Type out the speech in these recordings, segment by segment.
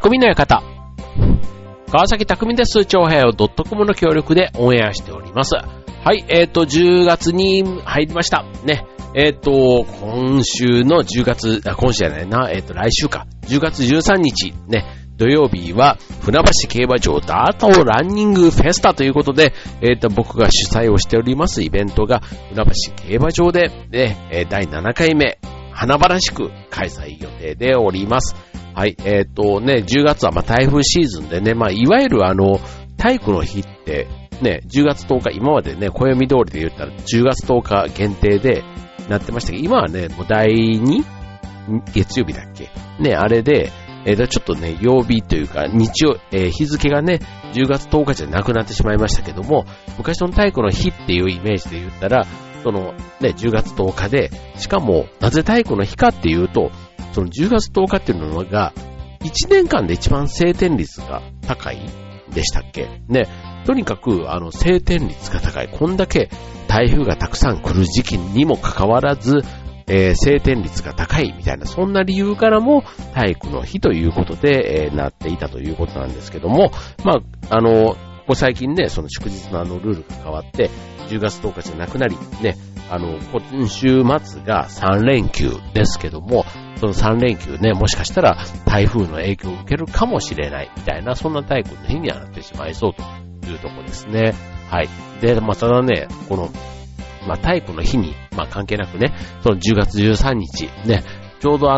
匠の館。川崎匠です。長平を .com の協力でオンエアしております。はい、10月に入りました。ね。今週の10月、今週じゃないな、来週か。10月13日、ね。土曜日は、船橋競馬場ダートランニングフェスタということで、僕が主催をしておりますイベントが、船橋競馬場で、第7回目、華々しく開催予定でおります。はい、10月は台風シーズンでね、いわゆる体育の日って、ね、10月10日、今までね、暦通りで言ったら10月10日限定でなってましたけど、今はね、もう第2月曜日だっけね、あれで、ちょっとね、曜日というか、日付がね、10月10日じゃなくなってしまいましたけども、昔の体育の日っていうイメージで言ったら、そのね、10月10日で、しかも、なぜ体育の日かっていうと、その10月10日っていうのが、1年間で一番晴天率が高いでしたっけね。とにかく、晴天率が高い。こんだけ台風がたくさん来る時期にもかかわらず、晴天率が高いみたいな、そんな理由からも体育の日ということで、なっていたということなんですけども、最近ね、その祝日のルールが変わって、10月10日じゃなくなり、ね、今週末が3連休ですけども、その3連休ね、もしかしたら台風の影響を受けるかもしれないみたいな、そんな体育の日にはなってしまいそうというところですね。はい。で、ただね、この、体育の日に、関係なくね、その10月13日、ね、ちょうど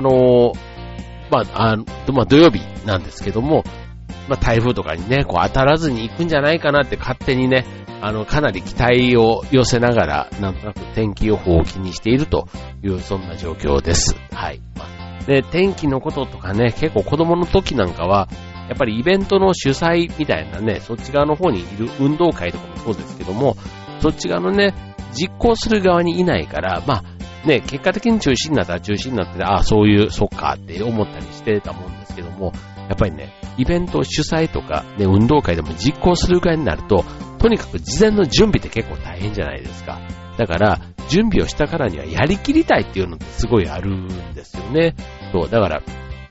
土曜日なんですけども、台風とかにね、こう当たらずに行くんじゃないかなって勝手にね、かなり期待を寄せながら、なんとなく天気予報を気にしているという、そんな状況です。はい。で、天気のこととかね、結構子供の時なんかは、やっぱりイベントの主催みたいなね、そっち側の方にいる運動会とかもそうですけども、そっち側のね、実行する側にいないから、結果的に中止になったら中止になって、そっかって思ったりしてたもんですけども、やっぱりね、イベント主催とか、ね、運動会でも実行する側になると、とにかく事前の準備って結構大変じゃないですか。だから、準備をしたからにはやりきりたいっていうのってすごいあるんですよね。そう、だから、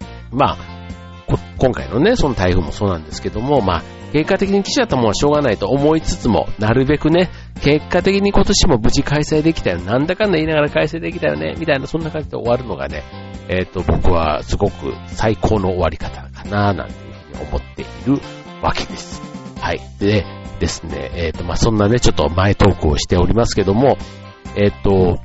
今回のね、その台風もそうなんですけども、結果的に来ちゃったものはしょうがないと思いつつも、なるべくね、結果的に今年も無事開催できたよ、なんだかんだ言いながら開催できたよね、みたいな、そんな感じで終わるのがね、僕はすごく最高の終わり方かな、なんていうふうに思っているわけです。はい。でですね、そんなね、ちょっと前トークをしておりますけども、今日の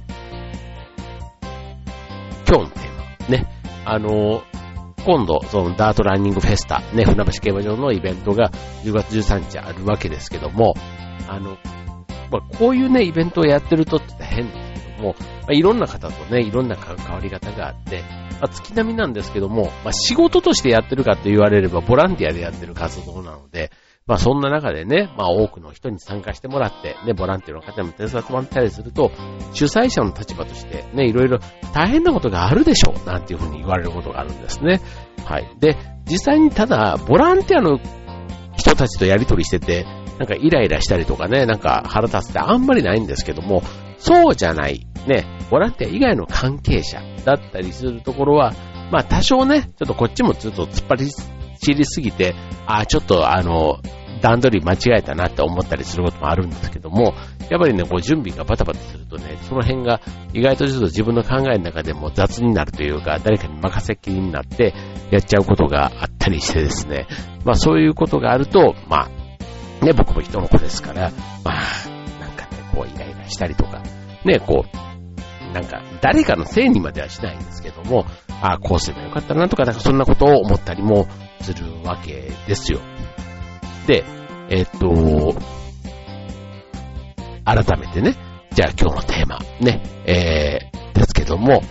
テーマ、ね、今度、そのダートランニングフェスタ、ね、船橋競馬場のイベントが10月13日あるわけですけども、こういうね、イベントをやってるとって変ですけども、いろんな方とね、いろんな関わり方があって、月並みなんですけども、仕事としてやってるかと言われれば、ボランティアでやってる活動なので、そんな中でね、多くの人に参加してもらって、ね、ボランティアの方にも手伝ってもらったりすると、主催者の立場として、ね、いろいろ大変なことがあるでしょう、なんていうふうに言われることがあるんですね。はい。で、実際にただ、ボランティアの人たちとやりとりしてて、なんかイライラしたりとかね、なんか腹立つってあんまりないんですけども、そうじゃない、ね、ボランティア以外の関係者だったりするところは、多少ね、ちょっとこっちもちょっと突っ張り知りすぎて、ちょっと段取り間違えたなって思ったりすることもあるんですけども、やっぱりね、こう準備がバタバタするとね、その辺が意外とちょっと自分の考えの中でも雑になるというか、誰かに任せっきりになってやっちゃうことがあったりしてですね、そういうことがあると、ね、僕も人の子ですから、なんかね、こうイライラしたりとか、ね、こう、なんか誰かのせいにまではしないんですけども、こうすればよかったなとか、なんかそんなことを思ったりもするわけですよ。で、改めてね、じゃあ今日のテーマ、ね、ですけども、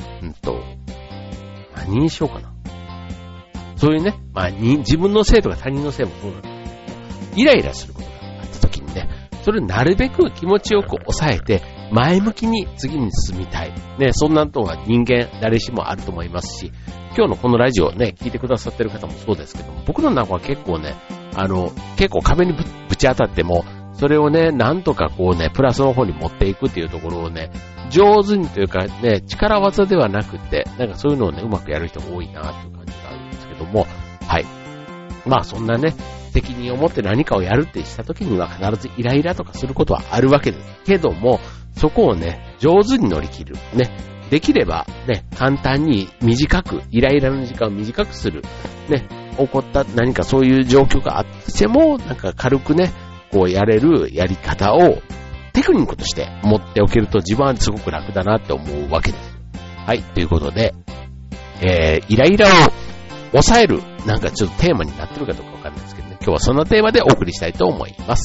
何にしようかな。そういうね、自分のせいとか他人のせいもそうなんですけど、イライラすることがあった時にね、それをなるべく気持ちよく抑えて、前向きに次に進みたい。ね、そんなのは人間誰しもあると思いますし、今日のこのラジオね、聞いてくださってる方もそうですけども、僕の中は結構ね、結構壁にぶち当たっても、それをね、なんとかこうね、プラスの方に持っていくっていうところをね、上手にというかね、力技ではなくて、なんかそういうのをね、うまくやる人が多いなという感じがあるんですけども、 はい。まあそんなね、責任を持って何かをやるってした時には必ずイライラとかすることはあるわけですけども、そこをね、上手に乗り切る。ね。できればね、簡単に短く、イライラの時間を短くする。ね。起こった何かそういう状況があっても、なんか軽くね、こうやれるやり方をテクニックとして持っておけると自分はすごく楽だなって思うわけです。はい。ということで、イライラを抑える、なんかちょっとテーマになってるかどうかわかんないですけどね、今日はそんなテーマでお送りしたいと思います。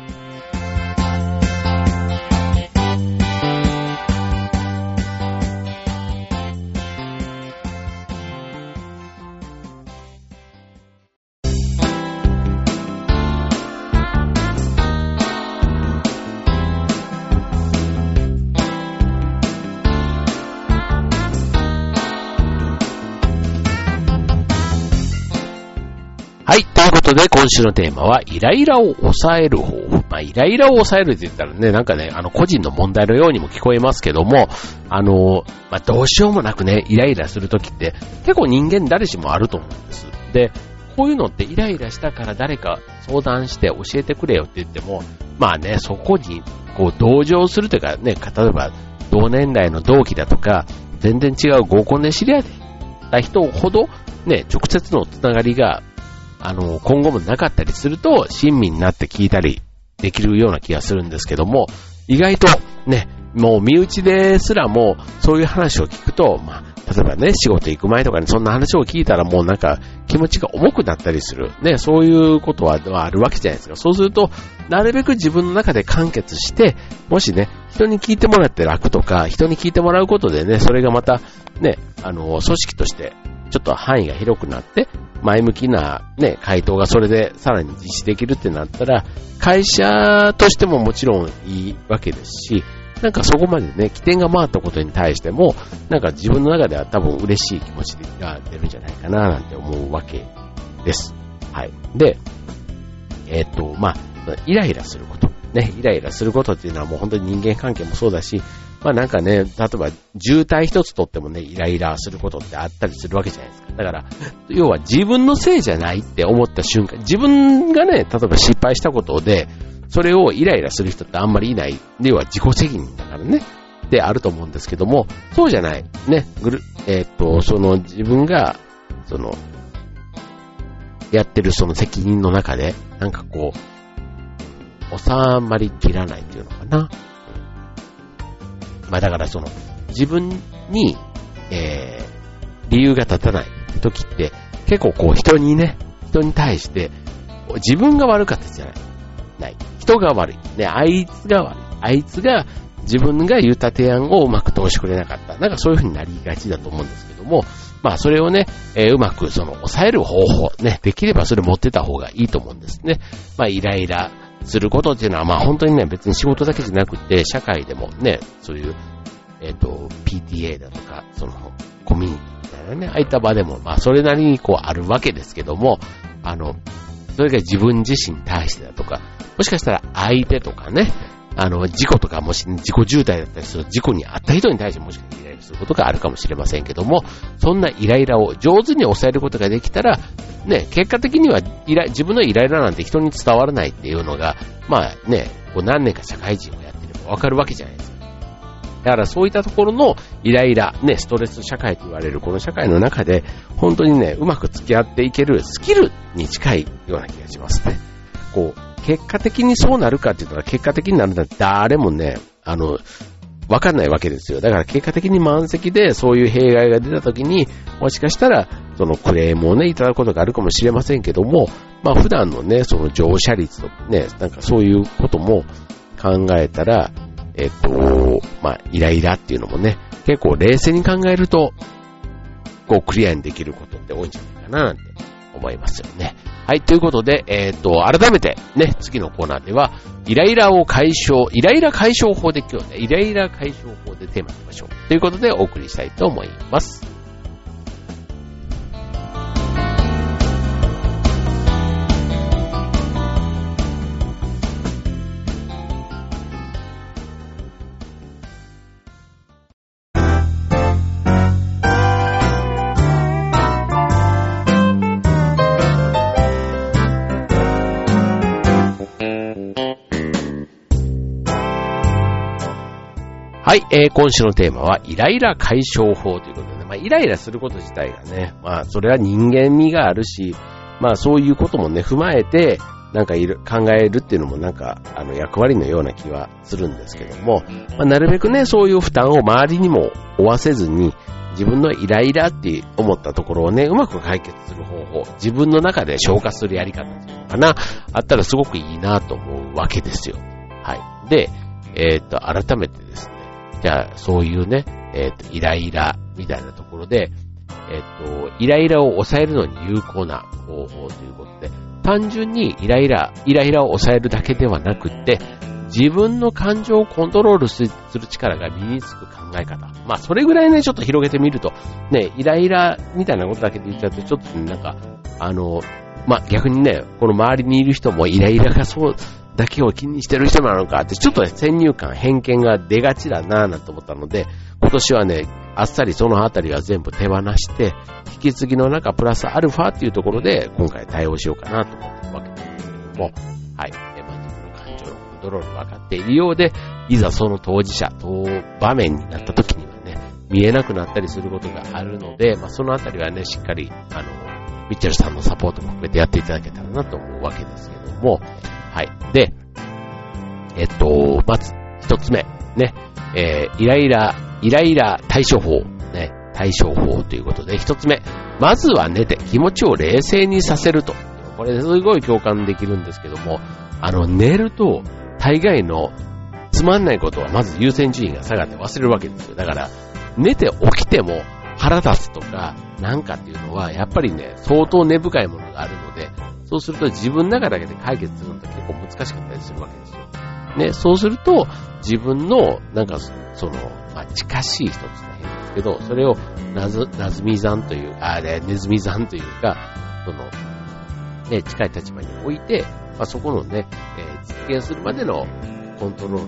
はい。ということで、今週のテーマは、イライラを抑える方法。まあ、イライラを抑えるって言ったらね、なんかね、個人の問題のようにも聞こえますけども、まあ、どうしようもなくね、イライラするときって、結構人間誰しもあると思うんです。で、こういうのってイライラしたから誰か相談して教えてくれよって言っても、まあね、そこに、こう、同情するというかね、例えば、同年代の同期だとか、全然違う合コンで知り合った人ほど、ね、直接のつながりが、今後もなかったりすると、親身になって聞いたりできるような気がするんですけども、意外とね、もう身内ですらもそういう話を聞くと、まあ、例えばね、仕事行く前とかにそんな話を聞いたらもうなんか気持ちが重くなったりする。ね、そういうことはあるわけじゃないですか。そうすると、なるべく自分の中で完結して、もしね、人に聞いてもらって楽とか、人に聞いてもらうことでね、それがまたね、組織としてちょっと範囲が広くなって、前向きなね、回答がそれでさらに実施できるってなったら、会社としてももちろんいいわけですし、なんかそこまでね、起点が回ったことに対しても、なんか自分の中では多分嬉しい気持ちが出るんじゃないかななんて思うわけです。はい。で、まあ、イライラすること。ね、イライラすることっていうのはもう本当に人間関係もそうだし、まあなんかね、例えば渋滞一つとってもね、イライラすることってあったりするわけじゃないですか。だから、要は自分のせいじゃないって思った瞬間、自分がね、例えば失敗したことで、それをイライラする人ってあんまりいない。要は自己責任だからね。であると思うんですけども、そうじゃない。ね、その自分が、やってるその責任の中で、なんかこう、収まりきらないっていうのかな。まあだから自分に、理由が立たない時って、結構こう人に対して、自分が悪かったじゃない。人が悪い。ね、あいつが悪い。あいつが自分が言った提案をうまく通してくれなかった。なんかそういう風になりがちだと思うんですけども、まあそれをね、うまく抑える方法、ね、できればそれ持ってた方がいいと思うんですね。まあイライラすることっていうのは、まあ本当にね、別に仕事だけじゃなくて、社会でもね、そういう、PTA だとか、コミュニティみたいなね、ああいった場でも、まあそれなりにこうあるわけですけども、それが自分自身に対してだとか、もしかしたら相手とかね、事故とかもし、自己渋滞だったりする事故に遭った人に対してもしかしたらイライラすることがあるかもしれませんけども、そんなイライラを上手に抑えることができたら、ね、結果的には自分のイライラなんて人に伝わらないっていうのが、まあね、こう何年か社会人をやってればわかるわけじゃないですか。だからそういったところのイライラ、ね、ストレス社会と言われるこの社会の中で、本当にね、うまく付き合っていけるスキルに近いような気がしますね。こう、結果的にそうなるかって言ったら、結果的になるのは誰もね、わかんないわけですよ。だから結果的に満席でそういう弊害が出た時に、もしかしたら、クレームをね、いただくことがあるかもしれませんけども、まあ普段のね、乗車率とね、なんかそういうことも考えたら、まあイライラっていうのもね、結構冷静に考えると、こうクリアにできることって多いんじゃないかななんて思いますよね。はい、ということで、改めてね、次のコーナーでは、イライラ解消法で今日ね、イライラ解消法でテーマにしましょう。ということでお送りしたいと思います。 はい、今週のテーマはイライラ解消法ということでね、イライラすること自体がね、それは人間味があるし、そういうこともね、踏まえて、考えるっていうのも役割のような気はするんですけども、なるべくね、そういう負担を周りにも負わせずに、自分のイライラって思ったところをね、うまく解決する方法、自分の中で消化するやり方っていうのかな、あったらすごくいいなと思うわけですよ。はい。で、改めてですね、じゃあ、そういうね、イライラみたいなところで、イライラを抑えるのに有効な方法ということで、単純にイライラを抑えるだけではなくって、自分の感情をコントロールする力が身につく考え方。それぐらいね、ちょっと広げてみると、ね、イライラみたいなことだけで言っちゃうと、ちょっと逆にね、この周りにいる人もイライラがそうだけを気にしてる人なのかって、ちょっと先入観、偏見が出がちだなぁなんて思ったので、今年はね、あっさりそのあたりは全部手放して、引き継ぎのプラスアルファっていうところで、今回対応しようかなと思ってるわけですけれども、はい。自分の感情のコントロール分かっているようで、いざその当場面になった時にはね、見えなくなったりすることがあるので、そのあたりはね、しっかり、ミッチェルさんのサポートも含めてやっていただけたらなと思うわけですけども、はい。で、まず、一つ目、ね、イライラ対処法、ね、対処法ということで、一つ目、まずは寝て気持ちを冷静にさせると。これすごい共感できるんですけども、寝ると、大概のつまんないことはまず優先順位が下がって忘れるわけですよ。だから、寝て起きても腹立つとか、っていうのは、やっぱりね、相当根深いものがあるので、そうすると自分の中だけで解決するのって結構難しかったりするわけですよ。ね、そうすると、自分の、近しい人って大変ですけど、それをネズミ算というか、ね、近い立場に置いて、そこのね、実現するまでのコントロール、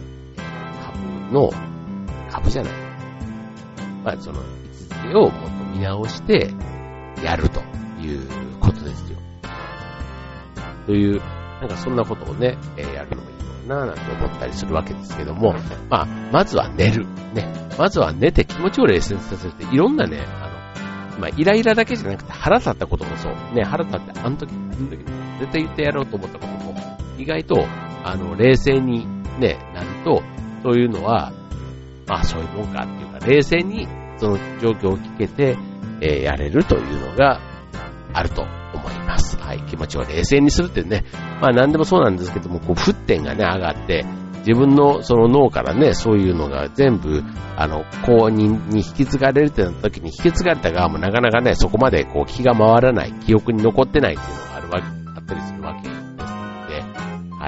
株じゃない。位置づけをもっと見直してやるということですよ。という、そんなことをね、やるのもいいのかななんて思ったりするわけですけども、まずは寝る。ね。まずは寝て気持ちを冷静にさせるって、いろんなね、イライラだけじゃなくて腹立ったこともそう。ね、腹立ってあの時絶対言ってやろうと思ったことも、意外と、冷静にね、なると、そういうのは、そういうもんかっていうか、冷静にその状況を聞けて、やれるというのがあると思います。はい。気持ちを冷静にするってね、何でもそうなんですけども、沸点がね、上がって、自分のその脳からね、そういうのが全部、公認に引き継がれるってなった時に、引き継がれた側もなかなかね、そこまで気が回らない、記憶に残ってないっていうのがあったりするわけですので、はい。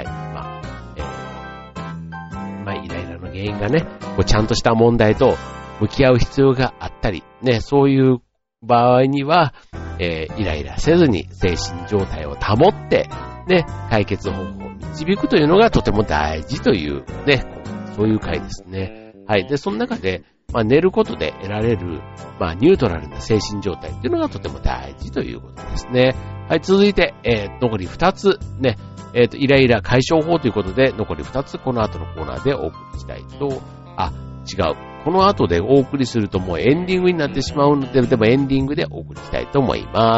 イライラの原因がね、ちゃんとした問題と向き合う必要があったり、ね、そういう場合には、イライラせずに精神状態を保って、ね、解決方法を導くというのがとても大事というね、そういう回ですね。はい。で、その中で、寝ることで得られる、ニュートラルな精神状態っていうのがとても大事ということですね。はい。続いて、残り2つ、ね、イライラ解消法ということで、残り2つ、この後のコーナーでお送りしたいと、違う。この後でお送りするともうエンディングになってしまうので、でもエンディングでお送りしたいと思います。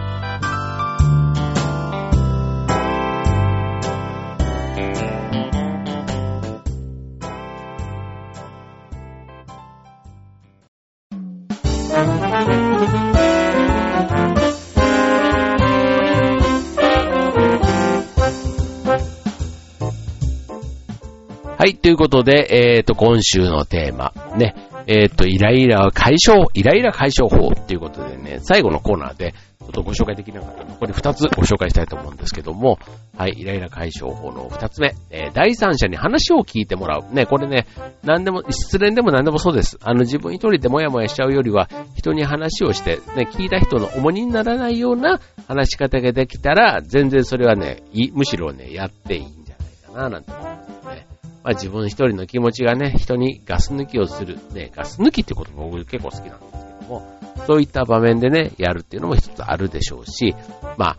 はい、ということで、今週のテーマ、ね、イライラ解消法っていうことでね、最後のコーナーで、ちょっとご紹介できなかった残り2つご紹介したいと思うんですけども、はい、イライラ解消法の2つ目、第三者に話を聞いてもらう。ね、これね、失恋でも何でもそうです。自分一人でもやもやしちゃうよりは、人に話をして、ね、聞いた人の重荷にならないような話し方ができたら、全然それはね、むしろね、やっていいんじゃないかな、なんて思いますね。自分一人の気持ちがね、人にガス抜きをする。ね、ガス抜きってことも僕結構好きなんですけども、そういった場面でね、やるっていうのも一つあるでしょうし、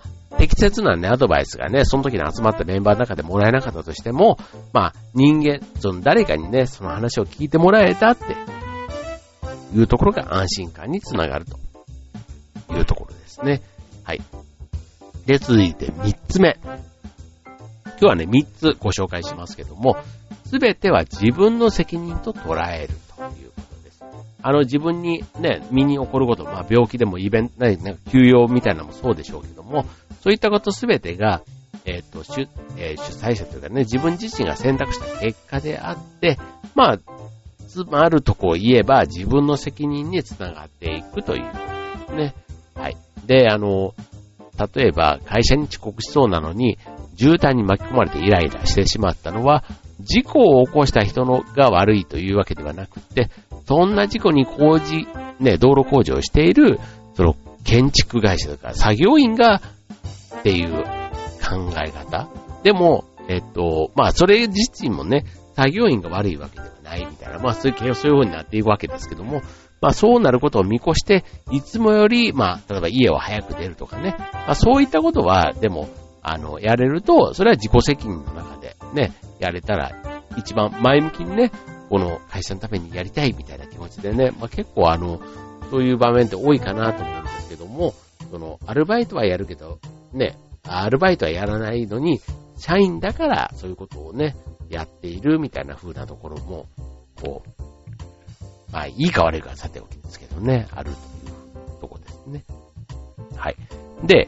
適切なね、アドバイスがね、その時に集まったメンバーの中でもらえなかったとしても、まあ、人間、誰かにね、その話を聞いてもらえたっていうところが安心感につながるというところですね。はい。で、続いて3つ目。今日はね、3つご紹介しますけども、すべては自分の責任と捉えるということです。自分にね、身に起こること、まあ病気でもイベント、なんか休養みたいなのもそうでしょうけども、そういったことすべてが、主催者というかね、自分自身が選択した結果であって、まあ、あるとこを言えば自分の責任につながっていくということですね。はい。で、例えば会社に遅刻しそうなのに、渋滞に巻き込まれてイライラしてしまったのは、事故を起こした人が悪いというわけではなくて、そんな事故に道路工事をしている、その建築会社とか作業員がっていう考え方。でも、まあ、それ自身もね、作業員が悪いわけではないみたいな、まあ、そういう風になっていくわけですけども、まあ、そうなることを見越して、いつもより、まあ、例えば家を早く出るとかね、まあ、そういったことは、でも、やれると、それは自己責任の中でね、やれたら、一番前向きにね、この会社のためにやりたいみたいな気持ちでね、まあ、結構そういう場面って多いかなと思うんですけども、アルバイトはやるけど、ね、アルバイトはやらないのに、社員だからそういうことをね、やっているみたいな風なところも、こう、まあ、いいか悪いかはさておきですけどね、あるというところですね。はい。で、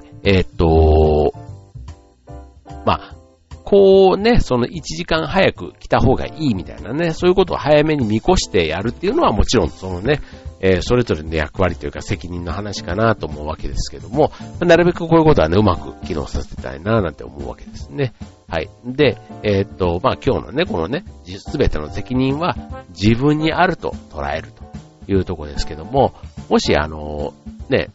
まあ、こうね、その1時間早く来た方がいいみたいなね、そういうことを早めに見越してやるっていうのはもちろんそのね、それぞれの役割というか責任の話かなと思うわけですけども、なるべくこういうことはね、うまく機能させたいななんて思うわけですね。はい。で、まあ今日のね、このね、すべての責任は自分にあると捉えるというところですけども、もしね、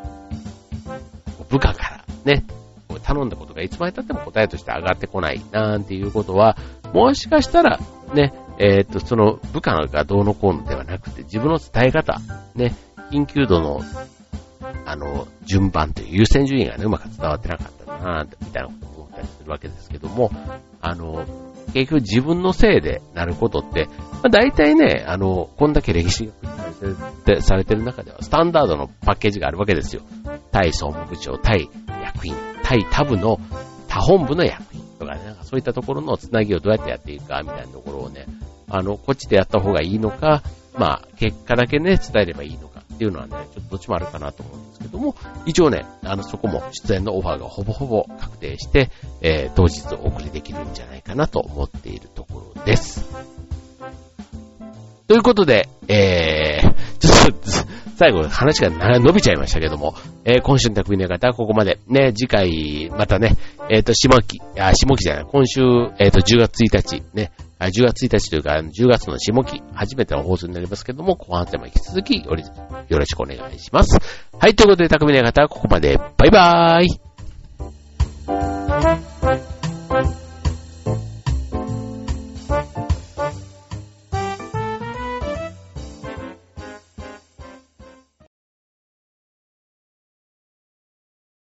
部下からね、頼んだことがいつまで経っても答えとして上がってこないなんていうことは、もしかしたらね、その部下がどうのこうのではなくて、自分の伝え方、ね、緊急度の順番という優先順位がね、うまく伝わってなかったなみたいなことを思ったりするわけですけども、結局自分のせいでなることって、まあ、大体ね、こんだけ歴史がされてる中では、スタンダードのパッケージがあるわけですよ。対総務部長、対役員、対他部の他本部の役員とかね、そういったところのつなぎをどうやってやっていくかみたいなところをね、こっちでやった方がいいのか、まあ、結果だけね、伝えればいいのかっていうのはね、ちょっとどっちもあるかなと思うんですけども、一応ね、そこも出演のオファーがほぼほぼ確定して、当日お送りできるんじゃないかなと思っているところです。ということで、ちょっと、最後話が伸びちゃいましたけども、今週の匠の方はここまで。ね、次回、またね、下期じゃない、今週、10月1日、ね、10月1日というか、10月の下期、初めての放送になりますけども、後半戦も引き続きよろしくお願いします。はい、ということで、匠の方はここまで。バイバーイ。